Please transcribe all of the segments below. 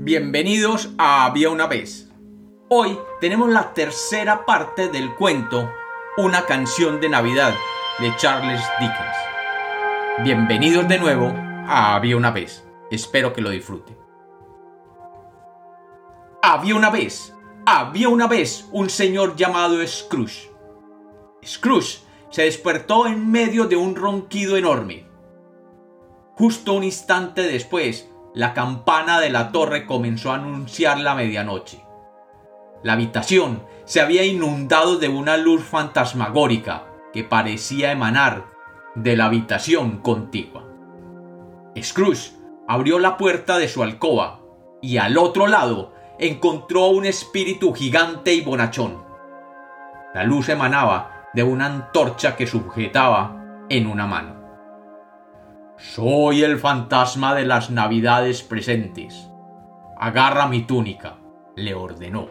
Bienvenidos a Había una vez. Hoy tenemos la tercera parte del cuento Una canción de Navidad de Charles Dickens. Bienvenidos de nuevo a Había una vez. Espero que lo disfruten. Había una vez un señor llamado Scrooge. Scrooge se despertó en medio de un ronquido enorme. Justo un instante después, la campana de la torre comenzó a anunciar la medianoche. La habitación se había inundado de una luz fantasmagórica que parecía emanar de la habitación contigua. Scrooge abrió la puerta de su alcoba y al otro lado encontró un espíritu gigante y bonachón. La luz emanaba de una antorcha que sujetaba en una mano. «Soy el fantasma de las navidades presentes. Agarra mi túnica», le ordenó.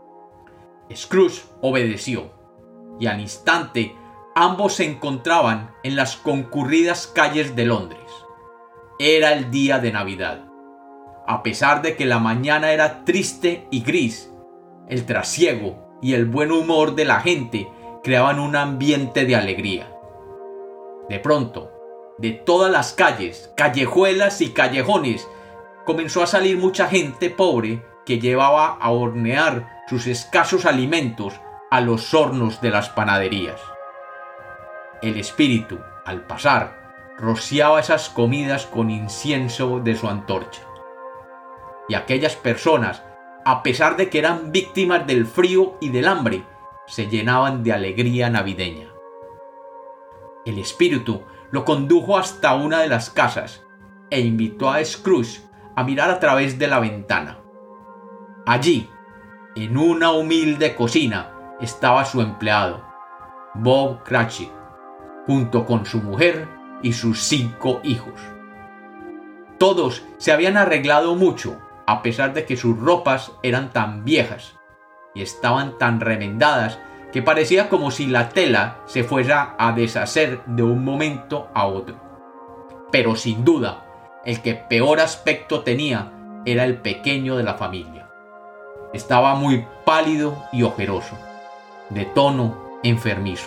Scrooge obedeció, y al instante ambos se encontraban en las concurridas calles de Londres. Era el día de Navidad. A pesar de que la mañana era triste y gris, el trasiego y el buen humor de la gente creaban un ambiente de alegría. De pronto, de todas las calles, callejuelas y callejones, comenzó a salir mucha gente pobre que llevaba a hornear sus escasos alimentos a los hornos de las panaderías. El espíritu, al pasar, rociaba esas comidas con incienso de su antorcha. Y aquellas personas, a pesar de que eran víctimas del frío y del hambre, se llenaban de alegría navideña. El espíritu lo condujo hasta una de las casas e invitó a Scrooge a mirar a través de la ventana. Allí, en una humilde cocina, estaba su empleado, Bob Cratchit, junto con su mujer y sus 5 hijos. Todos se habían arreglado mucho, a pesar de que sus ropas eran tan viejas y estaban tan remendadas que parecía como si la tela se fuera a deshacer de un momento a otro. Pero sin duda, el que peor aspecto tenía era el pequeño de la familia. Estaba muy pálido y ojeroso, de tono enfermizo.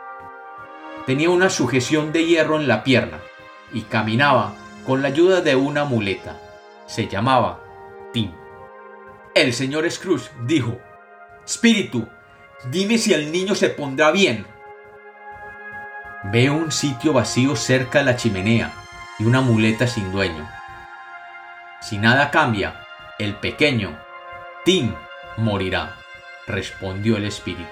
Tenía una sujeción de hierro en la pierna y caminaba con la ayuda de una muleta. Se llamaba Tim. El señor Scrooge dijo: «Espíritu, dime si el niño se pondrá bien». «Veo un sitio vacío cerca de la chimenea y una muleta sin dueño. Si nada cambia, el pequeño, Tim, morirá», respondió el espíritu.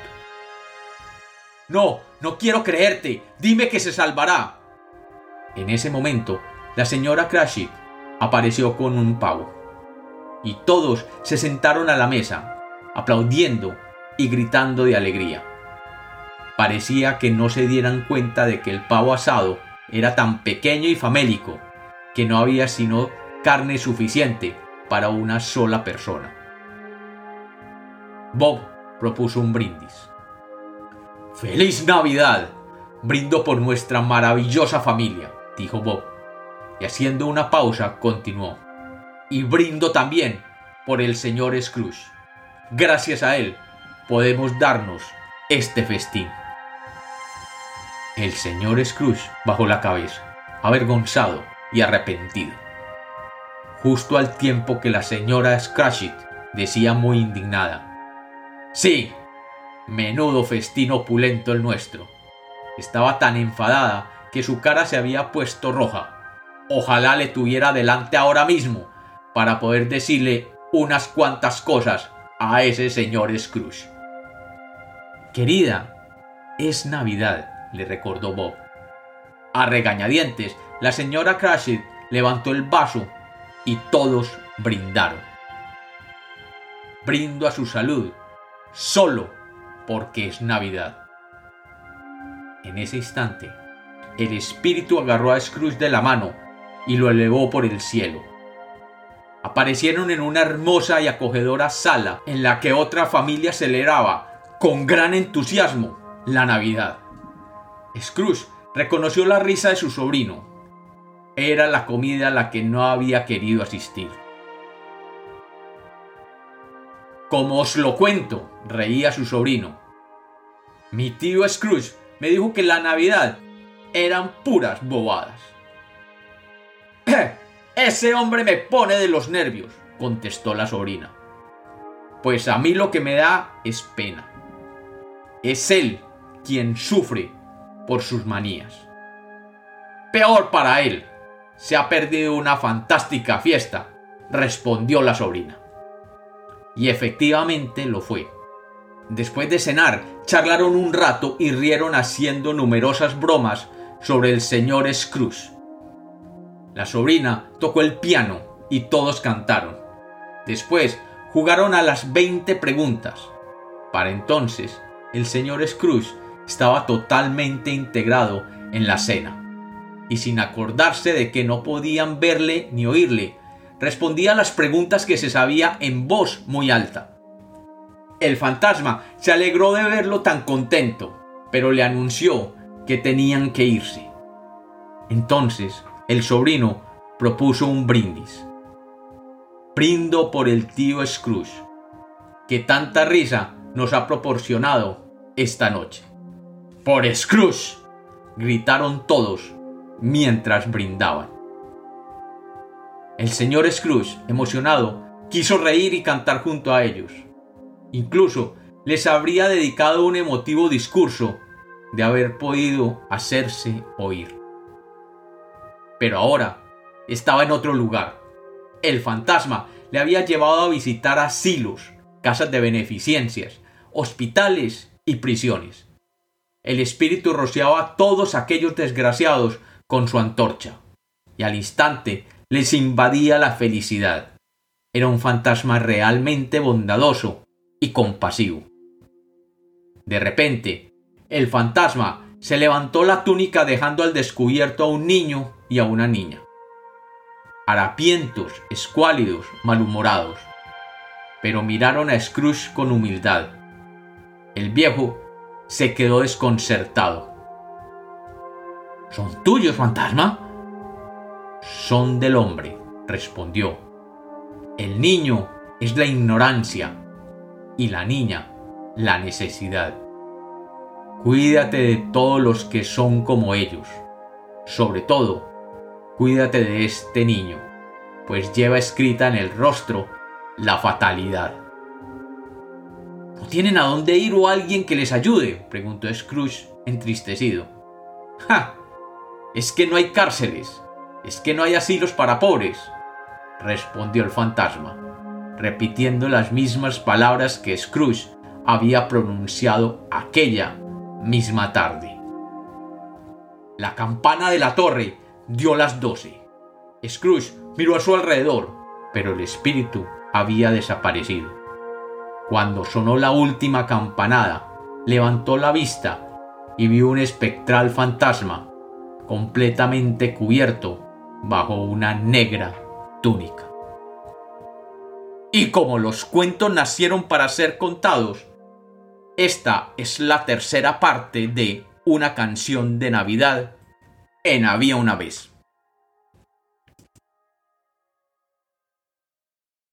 «No quiero creerte. Dime que se salvará». En ese momento, la señora Cratchit apareció con un pavo, y todos se sentaron a la mesa, aplaudiendo y gritando de alegría. Parecía que no se dieran cuenta de que el pavo asado era tan pequeño y famélico que no había sino carne suficiente para una sola persona. Bob propuso un brindis. «¡Feliz Navidad! Brindo por nuestra maravillosa familia», dijo Bob, y haciendo una pausa continuó: «Y brindo también por el señor Scrooge. Gracias a él podemos darnos este festín». El señor Scrooge bajó la cabeza, avergonzado y arrepentido, justo al tiempo que la señora Cratchit decía muy indignada: «Sí, menudo festín opulento el nuestro». Estaba tan enfadada que su cara se había puesto roja. Ojalá le tuviera delante ahora mismo para poder decirle unas cuantas cosas a ese señor Scrooge. «Querida, es Navidad», le recordó Bob. A regañadientes, la señora Cratchit levantó el vaso y todos brindaron. «Brindo a su salud, solo porque es Navidad». En ese instante, el espíritu agarró a Scrooge de la mano y lo elevó por el cielo. Aparecieron en una hermosa y acogedora sala en la que otra familia celebraba con gran entusiasmo la Navidad. Scrooge reconoció la risa de su sobrino. Era la comida a la que no había querido asistir. «¿Cómo os lo cuento?», reía su sobrino. «Mi tío Scrooge me dijo que la Navidad eran puras bobadas». «Ese hombre me pone de los nervios», contestó la sobrina. «Pues a mí lo que me da es pena. Es él quien sufre por sus manías». «Peor para él. Se ha perdido una fantástica fiesta», respondió la sobrina. Y efectivamente lo fue. Después de cenar, charlaron un rato y rieron haciendo numerosas bromas sobre el señor Scrooge. La sobrina tocó el piano y todos cantaron. Después jugaron a las 20 preguntas. Para entonces, el señor Scrooge estaba totalmente integrado en la cena, y sin acordarse de que no podían verle ni oírle, respondía a las preguntas que se sabía en voz muy alta. El fantasma se alegró de verlo tan contento, pero le anunció que tenían que irse. Entonces el sobrino propuso un brindis. «Brindo por el tío Scrooge, que tanta risa nos ha proporcionado esta noche». «¡Por Scrooge!», gritaron todos mientras brindaban. El señor Scrooge, emocionado, quiso reír y cantar junto a ellos. Incluso les habría dedicado un emotivo discurso de haber podido hacerse oír. Pero ahora estaba en otro lugar. El fantasma le había llevado a visitar asilos, casas de beneficencias, hospitales y prisiones. El espíritu rociaba a todos aquellos desgraciados con su antorcha, y al instante les invadía la felicidad. Era un fantasma realmente bondadoso y compasivo. De repente, el fantasma se levantó la túnica dejando al descubierto a un niño y a una niña. Harapientos, escuálidos, malhumorados. Pero miraron a Scrooge con humildad. El viejo se quedó desconcertado. «¿Son tuyos, fantasma?». «Son del hombre», respondió. «El niño es la ignorancia y la niña la necesidad. Cuídate de todos los que son como ellos. Sobre todo, cuídate de este niño, pues lleva escrita en el rostro la fatalidad». «¿No tienen a dónde ir o alguien que les ayude?», preguntó Scrooge entristecido. «¡Ja! Es que no hay cárceles. Es que no hay asilos para pobres», respondió el fantasma, repitiendo las mismas palabras que Scrooge había pronunciado aquella misma tarde. La campana de la torre dio las 12. Scrooge miró a su alrededor, pero el espíritu había desaparecido. Cuando sonó la última campanada, levantó la vista y vio un espectral fantasma completamente cubierto bajo una negra túnica. Y como los cuentos nacieron para ser contados, esta es la tercera parte de Una canción de Navidad en Había una vez.